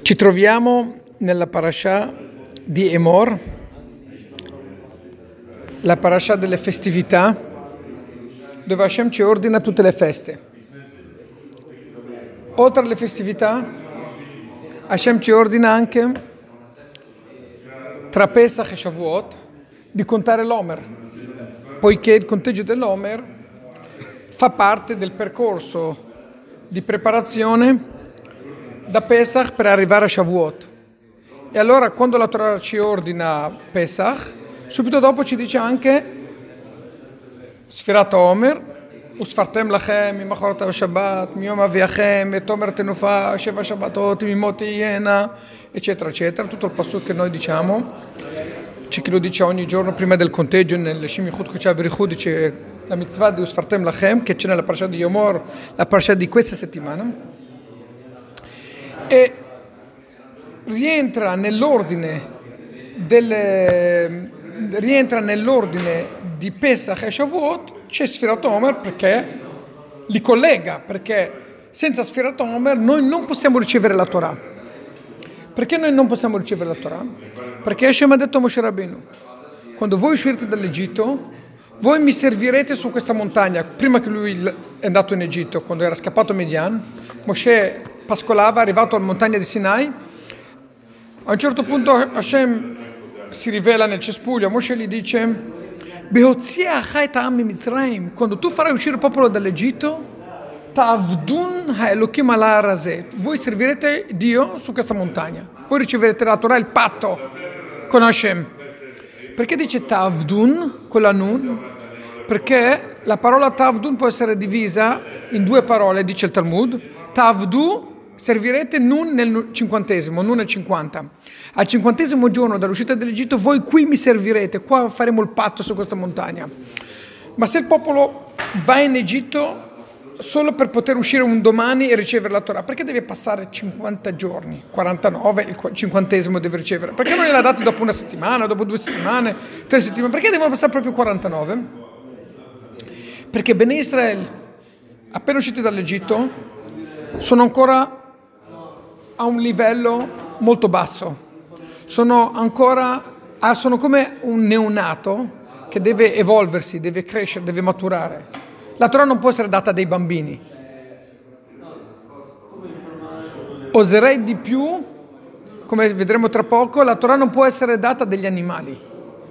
Ci troviamo nella parasha di Emor, la parasha delle festività, dove Hashem ci ordina tutte le feste. Oltre alle festività, Hashem ci ordina anche, tra Pesach e Shavuot, di contare l'Omer, poiché il conteggio dell'Omer fa parte del percorso di preparazione da Pesach per arrivare a Shavuot. E allora quando la Torah ci ordina Pesach, subito dopo ci dice anche Sfirat Omer, Usfartem lachem mimachorot Shabbat, miyom aviachem, et Omer tenufa, Sheva Shabbatot, mimot iena, eccetera, eccetera. Tutto il passaggio che noi diciamo, c'è chi lo dice ogni giorno prima del conteggio, nel Shimichut Kuchah Berichut dice la mitzvah di Usfartem lachem, che c'è nella parasha di Yomor, la parasha di questa settimana. E rientra nell'ordine di Pesach e Shavuot, c'è Sfirat Omer perché li collega, perché senza Sfirat Omer noi non possiamo ricevere la Torah. Perché noi non possiamo ricevere la Torah? Perché Hashem ha detto a Moshe Rabbeinu: quando voi uscirete dall'Egitto, voi mi servirete su questa montagna. Prima che lui è andato in Egitto, quando era scappato a Midian, Moshe pascolava, arrivato alla montagna di Sinai. A un certo punto Hashem si rivela nel cespuglio, Moshe gli dice: quando tu farai uscire il popolo dall'Egitto, voi servirete Dio su questa montagna, voi riceverete la Torah, il patto con Hashem. Perché dice Ta'avdun con la Nun? Perché la parola Ta'avdun può essere divisa in due parole, dice il Talmud. Ta'avdu, servirete Nun nel 50°, Nun nel 50. Al 50° giorno dall'uscita dall'Egitto voi qui mi servirete, qua faremo il patto su questa montagna. Ma se il popolo va in Egitto solo per poter uscire un domani e ricevere la Torah, perché deve passare 50 giorni? 49, il 50° deve ricevere. Perché non gliela date dopo una settimana, dopo 2 settimane, 3 settimane? Perché devono passare proprio 49? Perché Bnei Israel, appena usciti dall'Egitto, sono ancora a un livello molto basso. Sono come un neonato che deve evolversi, deve crescere, deve maturare. La Torah non può essere data dai bambini. Oserei di più, come vedremo tra poco, la Torah non può essere data dagli animali.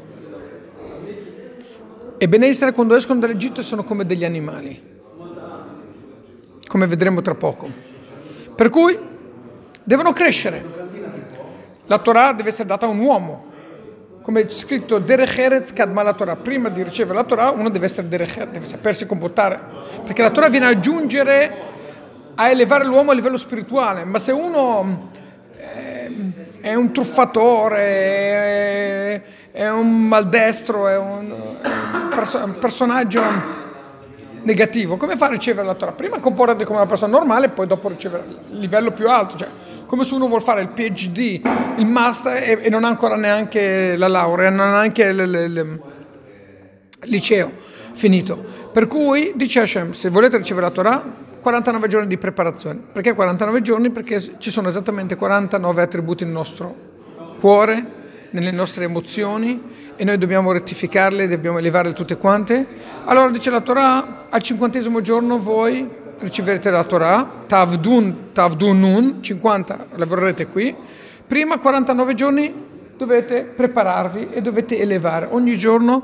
E Bnei Israel quando escono dall'Egitto sono come degli animali, come vedremo tra poco. Per cui devono crescere. La Torah deve essere data a un uomo. Come è scritto, Derech Eretz Kadma la Torah. Prima di ricevere la Torah, uno deve essere Derech Eretz, deve sapersi comportare. Perché la Torah viene a aggiungere, a elevare l'uomo a livello spirituale. Ma se uno è un truffatore, è un maldestro, è un personaggio negativo, come fa a ricevere la Torah? Prima comportarti come una persona normale e poi dopo ricevere il livello più alto, cioè come se uno vuole fare il PhD, il master e non ha ancora neanche la laurea, non ha neanche il liceo finito. Per cui dice Hashem: se volete ricevere la Torah, 49 giorni di preparazione. Perché 49 giorni? Perché ci sono esattamente 49 attributi nel nostro cuore, nelle nostre emozioni, e noi dobbiamo rettificarle, dobbiamo elevarle tutte quante. Allora dice la Torah: al 50° giorno voi riceverete la Torah, Ta'avdunun, 50 lavorerete qui. Prima 49 giorni dovete prepararvi e dovete elevare. Ogni giorno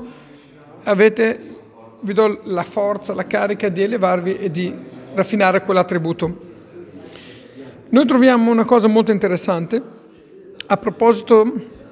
vi do la forza, la carica di elevarvi e di raffinare quell'attributo. Noi troviamo una cosa molto interessante a proposito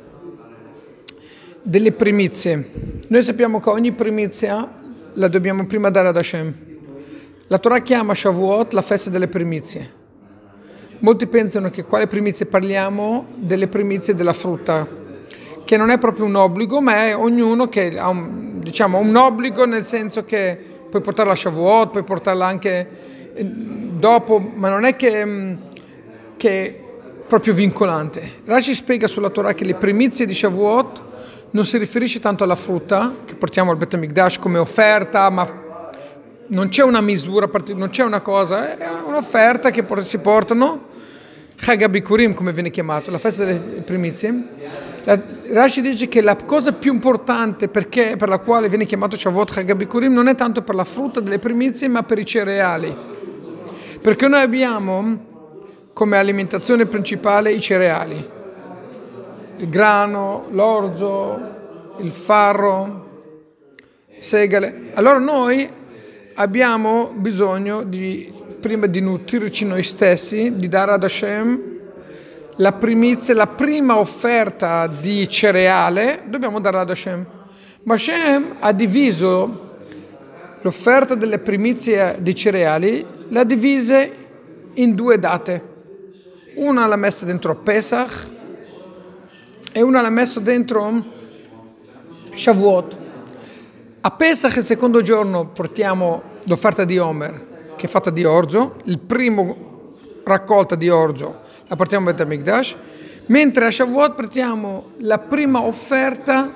delle primizie. Noi sappiamo che ogni primizia la dobbiamo prima dare ad Hashem. La Torah chiama Shavuot la festa delle primizie. Molti pensano che quale primizie parliamo? Delle primizie della frutta, che non è proprio un obbligo, ma è ognuno che ha un obbligo, nel senso che puoi portarla a Shavuot, puoi portarla anche dopo, ma non è che è proprio vincolante. Rashi spiega sulla Torah che le primizie di Shavuot non si riferisce tanto alla frutta che portiamo al Bet HaMikdash come offerta, ma non c'è una misura, non c'è una cosa, è un'offerta che si portano Chag HaBikurim, come viene chiamato, la festa delle primizie. Rashi dice che la cosa più importante per la quale viene chiamato Shavuot Chag HaBikurim non è tanto per la frutta delle primizie, ma per i cereali. Perché noi abbiamo come alimentazione principale i cereali, il grano, l'orzo, il farro, segale. Allora noi abbiamo bisogno prima di nutrirci noi stessi, di dare ad Hashem la primizia, la prima offerta di cereale, dobbiamo darla ad Hashem. Ma Hashem ha diviso l'offerta delle primizie di cereali, l'ha divise in 2 date. Una l'ha messa dentro Pesach e una l'ha messa dentro Shavuot. A Pesach, il secondo giorno, portiamo l'offerta di Omer, che è fatta di orzo, il primo raccolta di orzo la portiamo a Bet HaMikdash, mentre a Shavuot portiamo la prima offerta,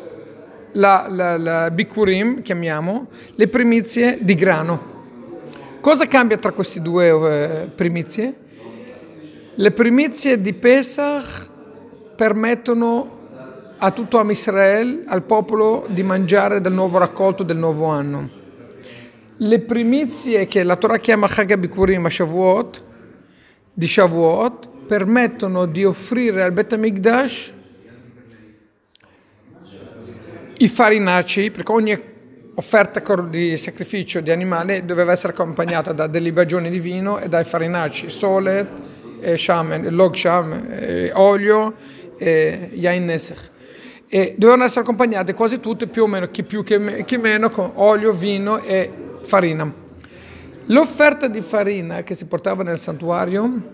la Bikurim, chiamiamo, le primizie di grano. Cosa cambia tra queste 2 primizie? Le primizie di Pesach permettono a tutto Am Israel, al popolo, di mangiare del nuovo raccolto del nuovo anno. Le primizie che la Torah chiama Chag HaBikurim a Shavuot, di Shavuot, permettono di offrire al Bet HaMikdash i farinacei, perché ogni offerta di sacrificio di animale doveva essere accompagnata da delle libagioni di vino e dai farinacei, solet, shamen, log sham, olio e yain nesech. E dovevano essere accompagnate quasi tutte, più o meno, chi più chi meno, con olio, vino e farina. L'offerta di farina che si portava nel santuario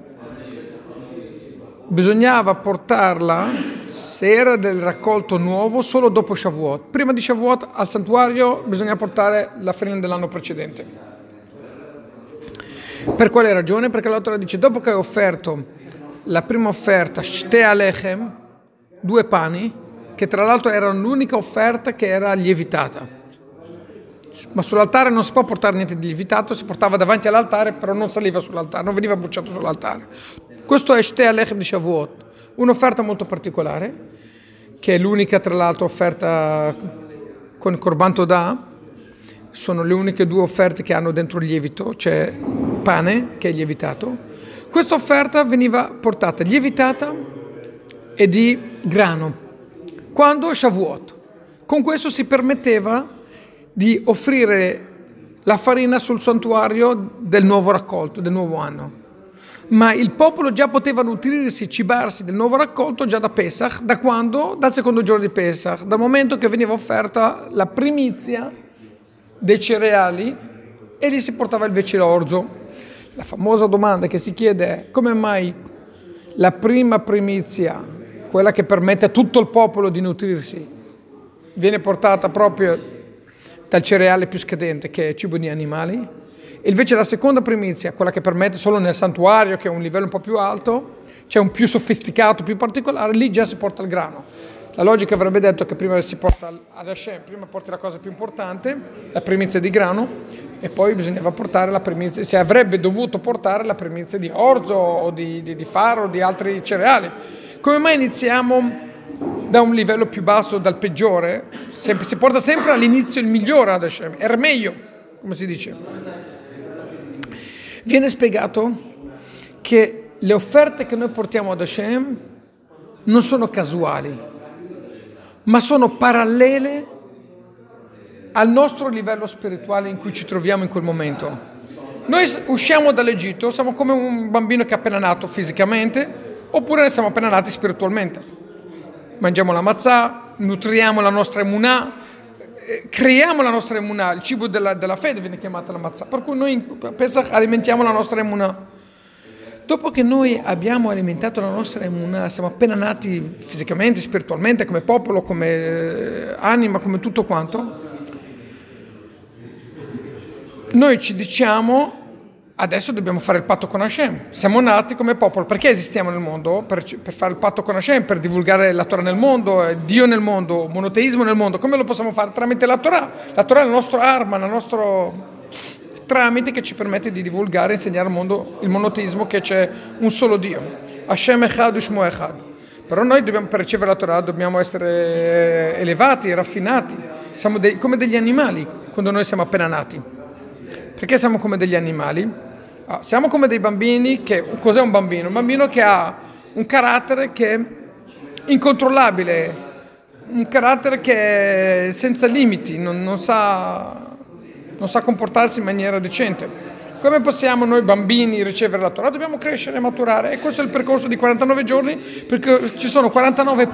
bisognava portarla, se era del raccolto nuovo, solo dopo Shavuot. Prima di Shavuot al santuario bisognava portare la farina dell'anno precedente. Per quale ragione? Perché la Torah dice: dopo che hai offerto la prima offerta, Shte Alechem, 2 pani, che tra l'altro era l'unica offerta che era lievitata. Ma sull'altare non si può portare niente di lievitato, si portava davanti all'altare, però non saliva sull'altare, non veniva bruciato sull'altare. Questo è Shte Alechem di Shavuot, un'offerta molto particolare, che è l'unica tra l'altro offerta con il Korban Todah. Sono le uniche 2 offerte che hanno dentro il lievito, c'è pane che è lievitato. Questa offerta veniva portata lievitata e di grano. Quando? Shavuot. Con questo si permetteva di offrire la farina sul santuario del nuovo raccolto, del nuovo anno. Ma il popolo già poteva nutrirsi, cibarsi del nuovo raccolto già da Pesach. Da quando? Dal secondo giorno di Pesach, dal momento che veniva offerta la primizia dei cereali e lì si portava invece l'orzo. La famosa domanda che si chiede è: come mai la prima primizia, quella che permette a tutto il popolo di nutrirsi, viene portata proprio dal cereale più scadente, che è cibo di animali? E invece la seconda primizia, quella che permette solo nel santuario, che è un livello un po' più alto, c'è un più sofisticato, più particolare, lì già si porta il grano. La logica avrebbe detto che prima si porta ad Hashem, prima porti la cosa più importante, la primizia di grano, e poi bisognava portare la primizia, si avrebbe dovuto portare la primizia di orzo o di farro o di altri cereali. Come mai iniziamo da un livello più basso, dal peggiore? Si porta sempre all'inizio il migliore ad Hashem, era meglio, come si dice. Viene spiegato che le offerte che noi portiamo ad Hashem non sono casuali, ma sono parallele al nostro livello spirituale in cui ci troviamo in quel momento. Noi usciamo dall'Egitto, siamo come un bambino che è appena nato fisicamente, oppure siamo appena nati spiritualmente. Mangiamo la matzah, nutriamo la nostra emunah, creiamo la nostra emunah, il cibo della fede viene chiamata la matzah, per cui noi in Pesach alimentiamo la nostra emunah. Dopo che noi abbiamo alimentato la nostra emunah, siamo appena nati fisicamente, spiritualmente, come popolo, come anima, come tutto quanto, noi ci diciamo: adesso dobbiamo fare il patto con Hashem. Siamo nati come popolo. Perché esistiamo nel mondo? Per fare il patto con Hashem, per divulgare la Torah nel mondo, Dio nel mondo, monoteismo nel mondo. Come lo possiamo fare? Tramite la Torah. La Torah è la nostra arma, il nostro tramite che ci permette di divulgare e insegnare al mondo il monoteismo, che c'è un solo Dio. Hashem Echad Ushmo Echad. Però noi per ricevere la Torah dobbiamo essere elevati, raffinati. Siamo come degli animali quando noi siamo appena nati. Perché siamo come degli animali? Siamo come dei bambini cos'è un bambino? Un bambino che ha un carattere che è incontrollabile, un carattere che è senza limiti, non sa comportarsi in maniera decente. Come possiamo noi bambini ricevere la Torah? Dobbiamo crescere e maturare, e questo è il percorso di 49 giorni, perché ci sono 49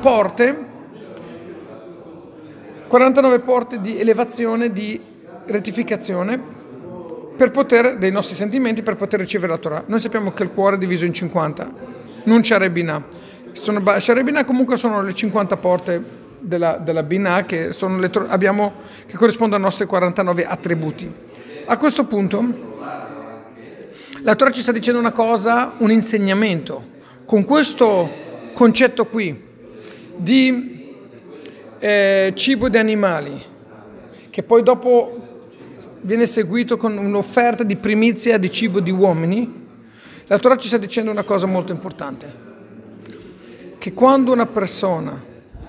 porte di elevazione, di rettificazione dei nostri sentimenti per poter ricevere la Torah. Noi sappiamo che il cuore è diviso in 50, non c'è Binah. Sha'arei Binah comunque sono le 50 porte della Binah che corrispondono ai nostri 49 attributi. A questo punto la Torah ci sta dicendo una cosa, un insegnamento, con questo concetto qui di cibo di animali, che poi dopo viene seguito con un'offerta di primizia di cibo di uomini. La Torah ci sta dicendo una cosa molto importante, che quando una persona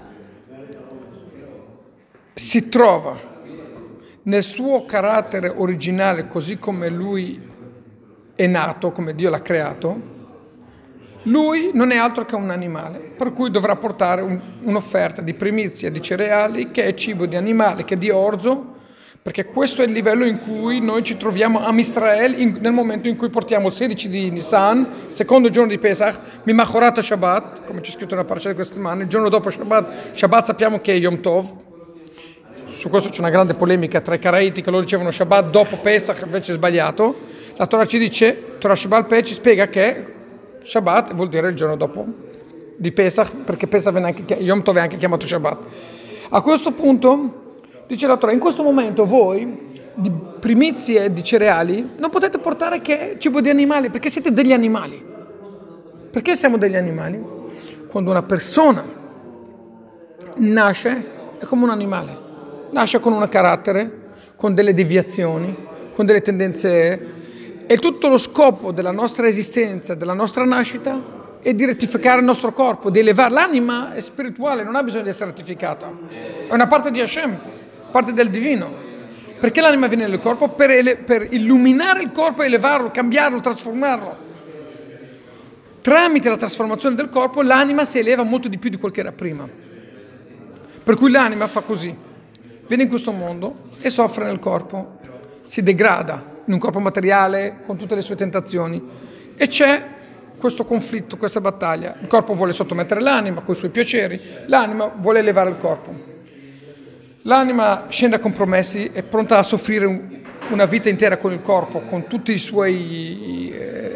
si trova nel suo carattere originale, così come lui è nato, come Dio l'ha creato, lui non è altro che un animale, per cui dovrà portare un'offerta di primizia di cereali, che è cibo di animale, che è di orzo, perché questo è il livello in cui noi ci troviamo a Israele nel momento in cui portiamo il 16 di Nisan, secondo giorno di Pesach, Mimachorat Shabbat, come c'è scritto nella parasha di questa settimana, il giorno dopo Shabbat sappiamo che è Yom Tov. Su questo c'è una grande polemica tra i caraiti che loro dicevano Shabbat dopo Pesach, invece è sbagliato. La Torah ci dice, Torah Shabbat Peh ci spiega che Shabbat vuol dire il giorno dopo di Pesach, perché Pesach Yom Tov è anche chiamato Shabbat. A questo punto dice la Torah, in questo momento voi di primizie di cereali non potete portare che cibo di animali, perché siete degli animali. Perché siamo degli animali? Quando una persona nasce è come un animale, nasce con un carattere, con delle deviazioni, con delle tendenze. E tutto lo scopo della nostra esistenza, della nostra nascita, è di rettificare il nostro corpo, di elevare. L'anima è spirituale, non ha bisogno di essere rettificata. È una parte di Hashem, parte del divino. Perché l'anima viene nel corpo? Per illuminare il corpo, elevarlo, cambiarlo, trasformarlo. Tramite la trasformazione del corpo, l'anima si eleva molto di più di quel che era prima. Per cui l'anima fa così. Viene in questo mondo e soffre nel corpo, si degrada in un corpo materiale con tutte le sue tentazioni, e c'è questo conflitto, questa battaglia. Il corpo vuole sottomettere l'anima con i suoi piaceri, l'anima vuole elevare il corpo. L'anima scende a compromessi, è pronta a soffrire una vita intera con il corpo, con tutti i suoi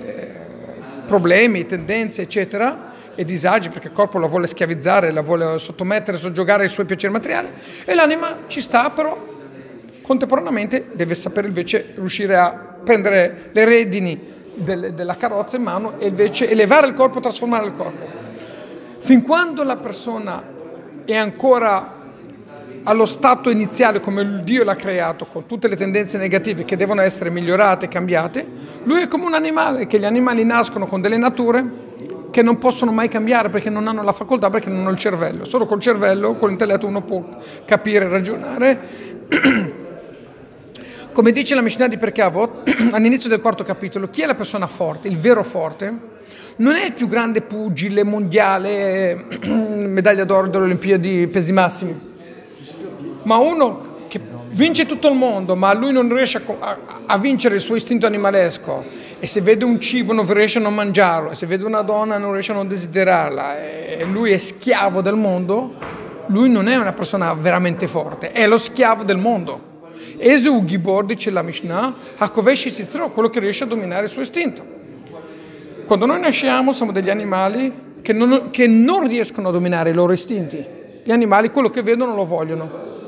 problemi, tendenze, eccetera, e disagi, perché il corpo la vuole schiavizzare, la vuole sottomettere, soggiogare ai suoi piaceri materiali, e l'anima ci sta, però contemporaneamente deve sapere invece riuscire a prendere le redini della carrozza in mano e invece elevare il corpo, trasformare il corpo. Fin quando la persona è ancora allo stato iniziale come Dio l'ha creato, con tutte le tendenze negative che devono essere migliorate e cambiate, lui è come un animale, che gli animali nascono con delle nature che non possono mai cambiare perché non hanno la facoltà, perché non hanno il cervello. Solo col cervello, con l'intelletto uno può capire, ragionare. Come dice la Mishnah di Pirkei Avot, all'inizio del 4º capitolo, chi è la persona forte, il vero forte, non è il più grande pugile mondiale, medaglia d'oro delle Olimpiadi pesi massimi, ma uno che vince tutto il mondo, ma lui non riesce a vincere il suo istinto animalesco, e se vede un cibo non riesce a non mangiarlo, e se vede una donna non riesce a non desiderarla, e lui è schiavo del mondo, lui non è una persona veramente forte, è lo schiavo del mondo. Eseu Gibor, dice la Mishnah, Hakovesh Yitzro, quello che riesce a dominare il suo istinto. Quando noi nasciamo siamo degli animali che non riescono a dominare i loro istinti. Gli animali quello che vedono lo vogliono.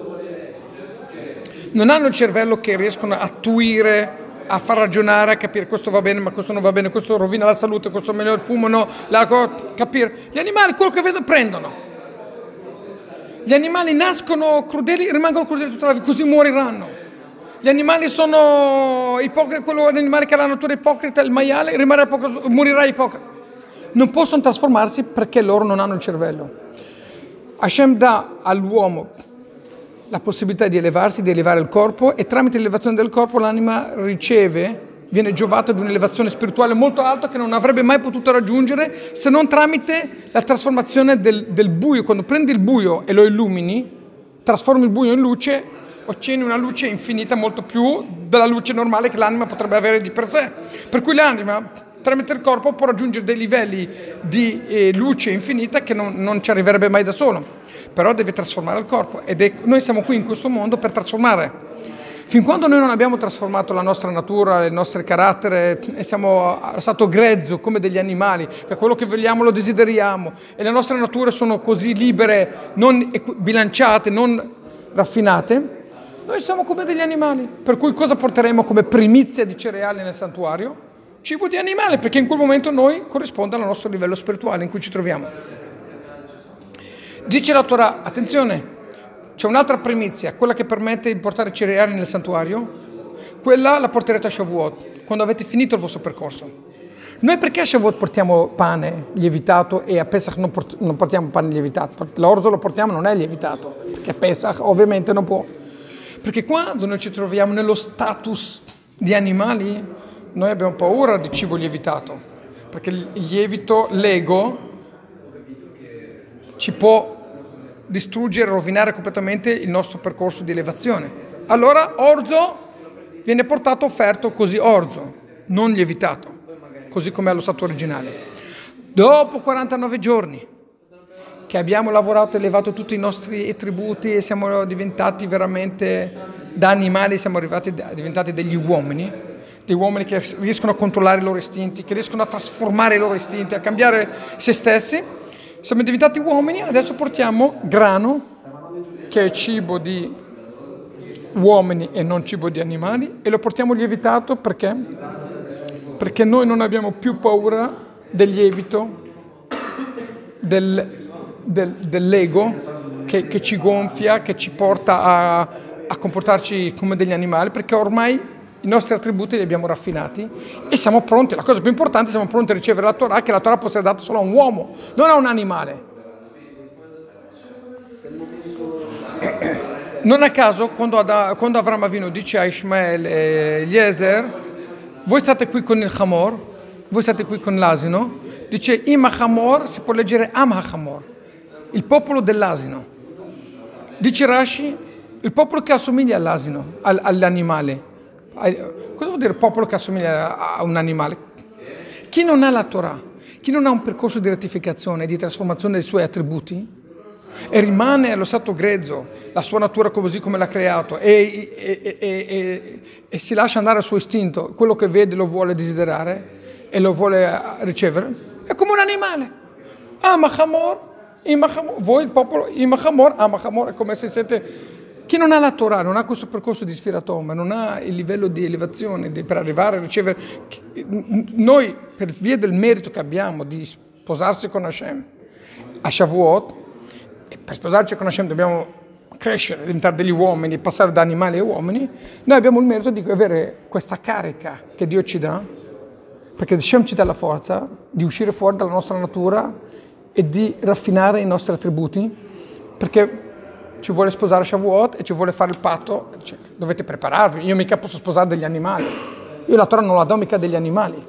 Non hanno il cervello che riescono a attuire, a far ragionare, a capire questo va bene ma questo non va bene, questo rovina la salute, questo è meglio il fumo, no, capire. Gli animali quello che vedono prendono. Gli animali nascono crudeli e rimangono crudeli tutta la vita, così moriranno. Gli animali sono ipocriti, quello animale che ha la natura ipocrita, il maiale, morirà ipocrita. non possono trasformarsi perché loro non hanno il cervello. Hashem dà all'uomo la possibilità di elevarsi, di elevare il corpo, e tramite l'elevazione del corpo l'anima viene giovata di un'elevazione spirituale molto alta che non avrebbe mai potuto raggiungere se non tramite la trasformazione del buio. Quando prendi il buio e lo illumini, trasformi il buio in luce, ottieni una luce infinita, molto più della luce normale che l'anima potrebbe avere di per sé. Per cui l'anima, tramite il corpo, può raggiungere dei livelli di luce infinita che non ci arriverebbe mai da solo. Però deve trasformare il corpo, noi siamo qui in questo mondo per trasformare. Fin quando noi non abbiamo trasformato la nostra natura, il nostro carattere, e siamo allo stato grezzo come degli animali, che quello che vogliamo lo desideriamo, e le nostre nature sono così libere, non bilanciate, non raffinate, noi siamo come degli animali. Per cui cosa porteremo come primizia di cereali nel santuario? Cibo di animale, perché in quel momento noi corrisponde al nostro livello spirituale in cui ci troviamo. Dice la Torah, attenzione, c'è un'altra primizia, quella che permette di portare cereali nel santuario, quella la porterete a Shavuot, quando avete finito il vostro percorso. Noi perché a Shavuot portiamo pane lievitato e a Pesach non portiamo pane lievitato? L'orzo lo portiamo, non è lievitato, perché a Pesach ovviamente non può. Perché quando noi ci troviamo nello status di animali, noi abbiamo paura di cibo lievitato, perché il lievito, l'ego, ci può distruggere, rovinare completamente il nostro percorso di elevazione. Allora orzo viene portato offerto così orzo, non lievitato, così come allo stato originale. Dopo 49 giorni che abbiamo lavorato e elevato tutti i nostri attributi e siamo diventati veramente da animali, siamo diventati degli uomini che riescono a controllare i loro istinti, che riescono a trasformare i loro istinti, a cambiare se stessi. Siamo diventati uomini, adesso portiamo grano, che è cibo di uomini e non cibo di animali, e lo portiamo lievitato perché? Perché noi non abbiamo più paura del lievito, dell'ego che ci gonfia, che ci porta a comportarci come degli animali, perché ormai i nostri attributi li abbiamo raffinati e siamo pronti. La cosa più importante, siamo pronti a ricevere la Torah, che la Torah può essere data solo a un uomo, non a un animale. Non a caso, quando Avram Avinu dice a Ishmael e Eliezer, voi state qui con il Hamor, voi state qui con l'asino, dice Im HaChamor, si può leggere Am HaChamor, il popolo dell'asino. Dice Rashi, il popolo che assomiglia all'asino, all'animale. Cosa vuol dire popolo che assomiglia a un animale? Chi non ha la Torah, chi non ha un percorso di rettificazione, di trasformazione dei suoi attributi e rimane allo stato grezzo, la sua natura così come l'ha creato e si lascia andare al suo istinto, quello che vede lo vuole desiderare e lo vuole ricevere, è come un animale. Amachamor, voi il popolo, Amachamor, è come se siete... Chi non ha la Torah, non ha questo percorso di Sfiratom, non ha il livello di elevazione per arrivare a ricevere... Noi, per via del merito che abbiamo di sposarsi con Hashem a Shavuot, e per sposarci con Hashem dobbiamo crescere, diventare degli uomini, passare da animali a uomini, noi abbiamo il merito di avere questa carica che Dio ci dà, perché Hashem ci dà la forza di uscire fuori dalla nostra natura e di raffinare i nostri attributi, perché ci vuole sposare Shavuot e ci vuole fare il patto, cioè, dovete prepararvi, io mica posso sposare degli animali, io la Torah non la do mica degli animali.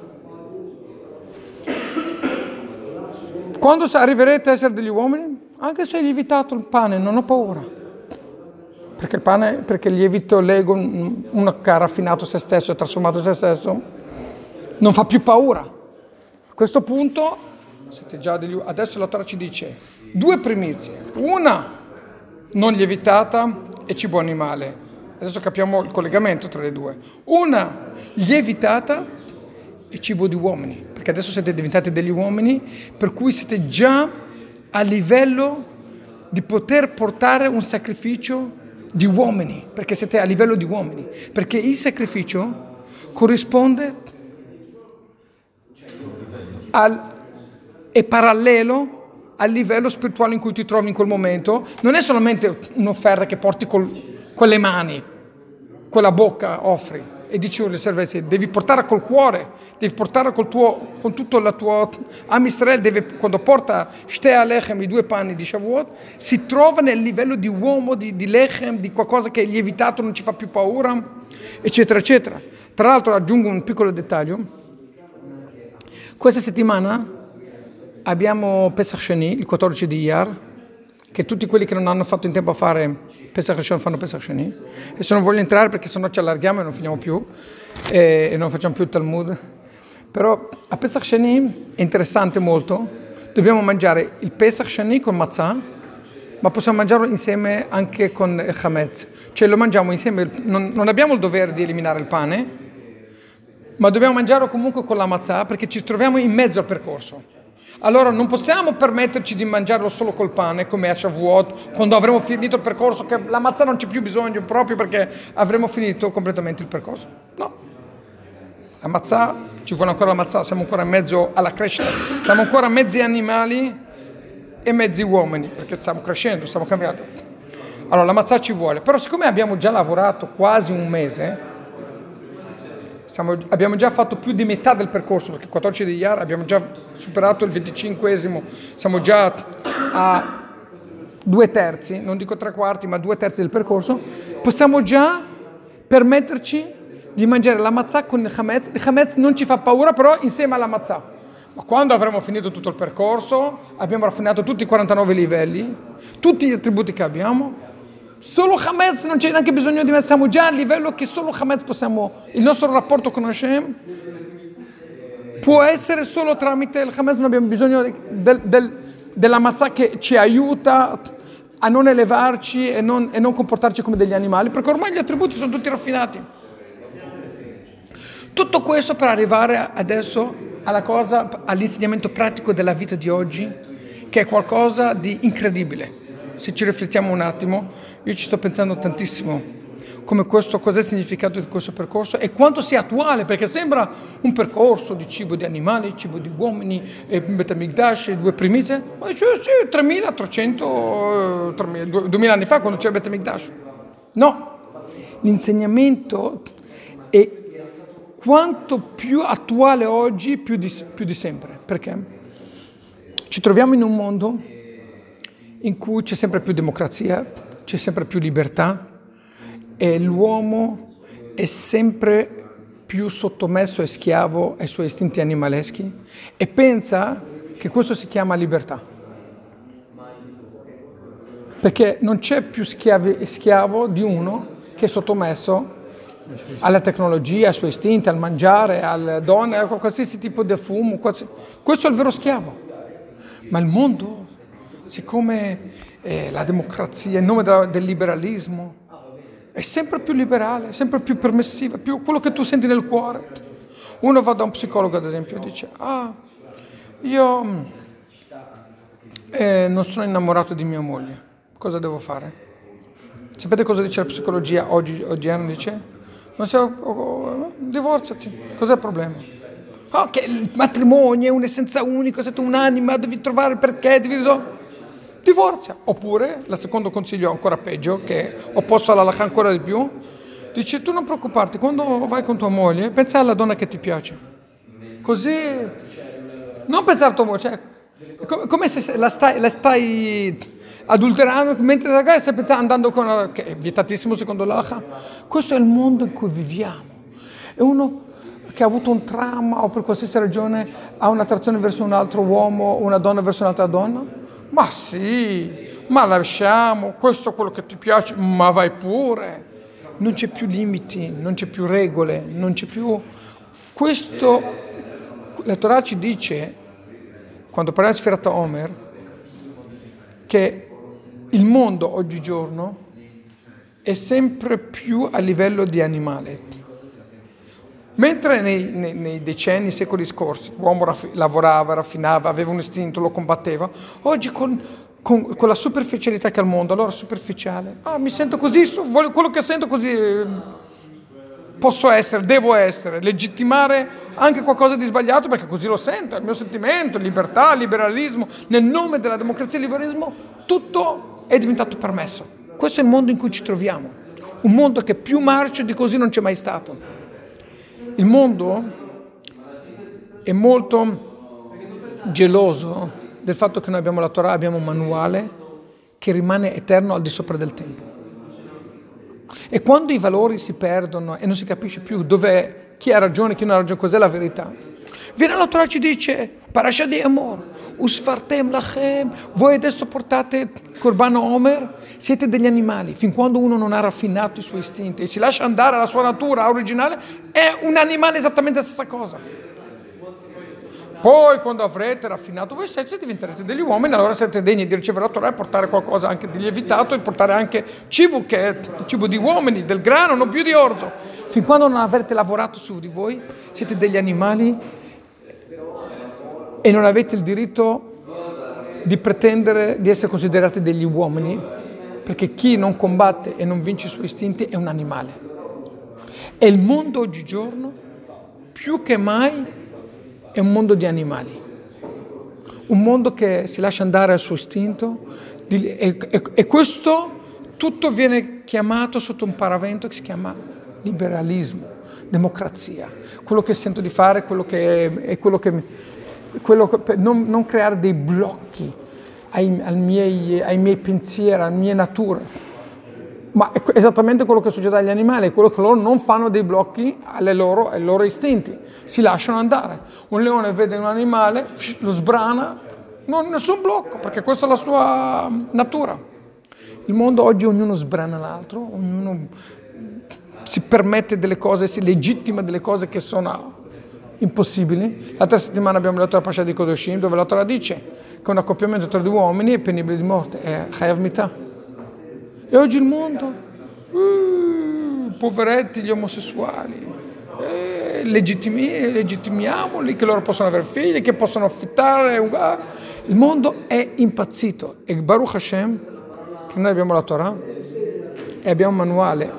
Quando arriverete a essere degli uomini, anche se è lievitato il pane, non ho paura, perché il lievito, l'ego, uno che ha raffinato se stesso e trasformato se stesso, non fa più paura. A questo punto siete già adesso la Torah ci dice 2 primizie, una non lievitata e cibo animale. Adesso capiamo il collegamento tra le due. Una lievitata e cibo di uomini, perché adesso siete diventati degli uomini, per cui siete già a livello di poter portare un sacrificio di uomini, perché siete a livello di uomini, perché il sacrificio corrisponde è parallelo al livello spirituale in cui ti trovi in quel momento. Non è solamente un'offerta che porti con le mani, con la bocca offri, e dici alle salvezza, devi portare col cuore, devi portare con tutto la tua Am Israele, quando porta Shtei Alechem, i 2 panni di Shavuot, si trova nel livello di uomo, di Lechem, di qualcosa che è lievitato, non ci fa più paura, eccetera, eccetera. Tra l'altro aggiungo un piccolo dettaglio. Questa settimana abbiamo Pesach Sheni, il 14 di Iyar, che tutti quelli che non hanno fatto in tempo a fare Pesach Rishon fanno Pesach Sheni. E se non voglio entrare perché sennò ci allarghiamo e non finiamo più e non facciamo più il Talmud. Però a Pesach Sheni è interessante molto. Dobbiamo mangiare il Pesach Sheni con matzah, ma possiamo mangiarlo insieme anche con Chametz. Cioè lo mangiamo insieme, non abbiamo il dovere di eliminare il pane, ma dobbiamo mangiarlo comunque con la matzah perché ci troviamo in mezzo al percorso. Allora non possiamo permetterci di mangiarlo solo col pane come a Shavuot, quando avremo finito il percorso, che la matzah non c'è più bisogno proprio perché avremo finito completamente il percorso. No, la matzah, ci vuole ancora la matzah, siamo ancora in mezzo alla crescita, siamo ancora mezzi animali e mezzi uomini, perché stiamo crescendo, stiamo cambiando. Allora la matzah ci vuole, però siccome abbiamo già lavorato quasi un mese, abbiamo già fatto più di metà del percorso, perché il 14 di Iyar abbiamo già superato il 25esimo, siamo già a 2/3, non dico 3/4, ma 2/3 del percorso, possiamo già permetterci di mangiare la matzah con il chametz. Il chametz non ci fa paura, però insieme alla matzah. Ma quando avremo finito tutto il percorso, abbiamo raffinato tutti i 49 livelli, tutti gli attributi che abbiamo, solo Hametz, non c'è neanche bisogno di mettere, siamo già a livello che solo Hametz possiamo, il nostro rapporto con Hashem può essere solo tramite il Hametz, non abbiamo bisogno della matzah che ci aiuta a non elevarci e non comportarci come degli animali, perché ormai gli attributi sono tutti raffinati. Tutto questo per arrivare adesso alla cosa, all'insegnamento pratico della vita di oggi, che è qualcosa di incredibile. Se ci riflettiamo un attimo, io ci sto pensando tantissimo come questo, cos'è il significato di questo percorso e quanto sia attuale, perché sembra un percorso di cibo di animali, cibo di uomini, Bet HaMikdash, 2 primizie, ma dice sì, 3.300, 2000 anni fa quando c'è Bet HaMikdash. No, l'insegnamento è quanto più attuale oggi, più di sempre. Perché? Ci troviamo in un mondo in cui c'è sempre più democrazia, c'è sempre più libertà e l'uomo è sempre più sottomesso e schiavo ai suoi istinti animaleschi e pensa che questo si chiama libertà. Perché non c'è più schiavo di uno che è sottomesso alla tecnologia, ai suoi istinti, al mangiare, alle donne, a qualsiasi tipo di fumo. Questo è il vero schiavo. Ma il mondo, siccome la democrazia, in nome del liberalismo, è sempre più liberale, sempre più permissiva, più quello che tu senti nel cuore. Uno va da un psicologo, ad esempio, e dice, io non sono innamorato di mia moglie, cosa devo fare? Sapete cosa dice la psicologia odierna? Dice, divorziati, cos'è il problema? Che il matrimonio è un'essenza unica, sei tu un'anima, devi trovare il perché, divorzia. Oppure, il secondo consiglio ancora peggio, che è opposto all'halakha ancora di più, dice tu non preoccuparti, quando vai con tua moglie, pensa alla donna che ti piace. Così, non pensare a tua moglie, cioè, come se la stai adulterando, mentre ragazzi stai andando con, che è vietatissimo secondo l'halakha. Questo è il mondo in cui viviamo. E uno che ha avuto un trauma o per qualsiasi ragione ha un'attrazione verso un altro uomo o una donna verso un'altra donna, ma sì, ma lasciamo, questo è quello che ti piace, ma vai pure. Non c'è più limiti, non c'è più regole, non c'è più... Questo, la Torah ci dice, quando parliamo di Sfirat HaOmer, che il mondo oggigiorno è sempre più a livello di animale. Mentre nei decenni, secoli scorsi, l'uomo lavorava, raffinava, aveva un istinto, lo combatteva, oggi con la superficialità che ha il mondo, allora superficiale, mi sento così, quello che sento così, posso essere, devo essere, legittimare anche qualcosa di sbagliato perché così lo sento, è il mio sentimento, libertà, liberalismo, nel nome della democrazia e liberalismo, tutto è diventato permesso. Questo è il mondo in cui ci troviamo, un mondo che più marcio di così non c'è mai stato. Il mondo è molto geloso del fatto che noi abbiamo la Torah, abbiamo un manuale che rimane eterno al di sopra del tempo. E quando i valori si perdono e non si capisce più dov'è, chi ha ragione, chi non ha ragione, cos'è la verità, viene la Torah e ci dice, Parasha di Amor, Usfartem lachem, voi adesso portate Korban Omer, siete degli animali. Fin quando uno non ha raffinato i suoi istinti e si lascia andare alla sua natura originale, è un animale esattamente la stessa cosa. Poi quando avrete raffinato voi stessi diventerete degli uomini, allora siete degni di ricevere la Torah e portare qualcosa anche di lievitato e portare anche cibo che è cibo di uomini, del grano, non più di orzo. Fin quando non avrete lavorato su di voi, siete degli animali e non avete il diritto di pretendere di essere considerati degli uomini, perché chi non combatte e non vince i suoi istinti è un animale. E il mondo oggigiorno, più che mai, è un mondo di animali, un mondo che si lascia andare al suo istinto e questo tutto viene chiamato sotto un paravento che si chiama liberalismo, democrazia, quello che sento di fare, non creare dei blocchi ai miei pensieri, alle mie nature. Ma è esattamente quello che succede agli animali, è quello che loro non fanno dei blocchi ai loro istinti, si lasciano andare. Un leone vede un animale, lo sbrana, nessun blocco, perché questa è la sua natura. Il mondo oggi ognuno sbrana l'altro, ognuno si permette delle cose, si legittima delle cose che sono impossibili. L'altra settimana abbiamo letto la Parasha di Kodoshim, dove la Torah dice che un accoppiamento tra due uomini è penibile di morte, è Chayav Mitah. E oggi il mondo, poveretti gli omosessuali, legittimiamoli, che loro possono avere figli, che possono affittare. Il mondo è impazzito. E Baruch Hashem, che noi abbiamo la Torah e abbiamo un manuale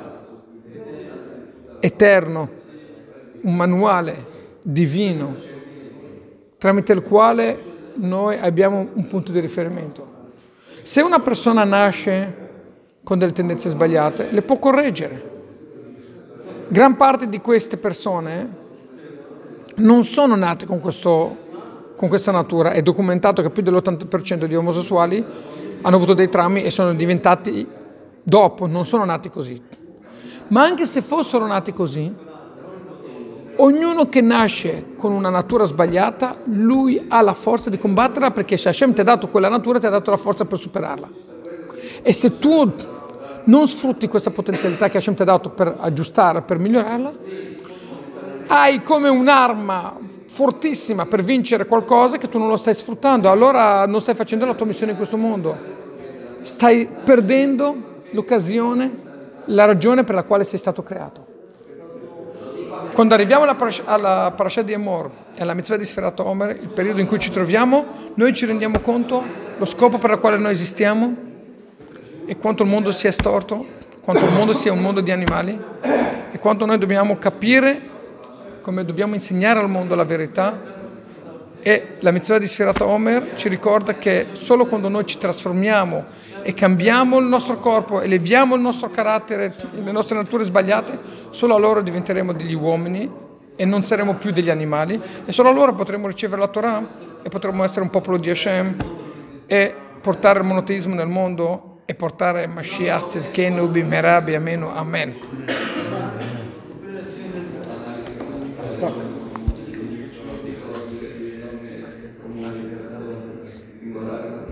eterno, un manuale divino, tramite il quale noi abbiamo un punto di riferimento. Se una persona nasce con delle tendenze sbagliate, le può correggere. Gran parte di queste persone non sono nate con questa natura. È documentato che più dell'80% di omosessuali hanno avuto dei traumi e sono diventati dopo, non sono nati così. Ma anche se fossero nati così, ognuno che nasce con una natura sbagliata, lui ha la forza di combatterla, perché se Hashem ti ha dato quella natura, ti ha dato la forza per superarla. E se tu non sfrutti questa potenzialità che Hashem ti ha dato per aggiustarla, per migliorarla, hai come un'arma fortissima per vincere qualcosa che tu non lo stai sfruttando, allora non stai facendo la tua missione in questo mondo, stai perdendo l'occasione, la ragione per la quale sei stato creato. Quando arriviamo alla Parasha di Emor e alla mitzvah di Sfirat Omer, il periodo in cui ci troviamo, noi ci rendiamo conto lo scopo per il quale noi esistiamo e quanto il mondo sia storto, quanto il mondo sia un mondo di animali e quanto noi dobbiamo capire come dobbiamo insegnare al mondo la verità. E la mitzvah di Sfirat Omer ci ricorda che solo quando noi ci trasformiamo e cambiamo il nostro corpo, eleviamo il nostro carattere, le nostre nature sbagliate, solo allora diventeremo degli uomini e non saremo più degli animali, e solo allora potremo ricevere la Torah e potremo essere un popolo di Hashem e portare il monoteismo nel mondo e portare Mashiach Tzidkenu b'mehera b'yameinu. Amen.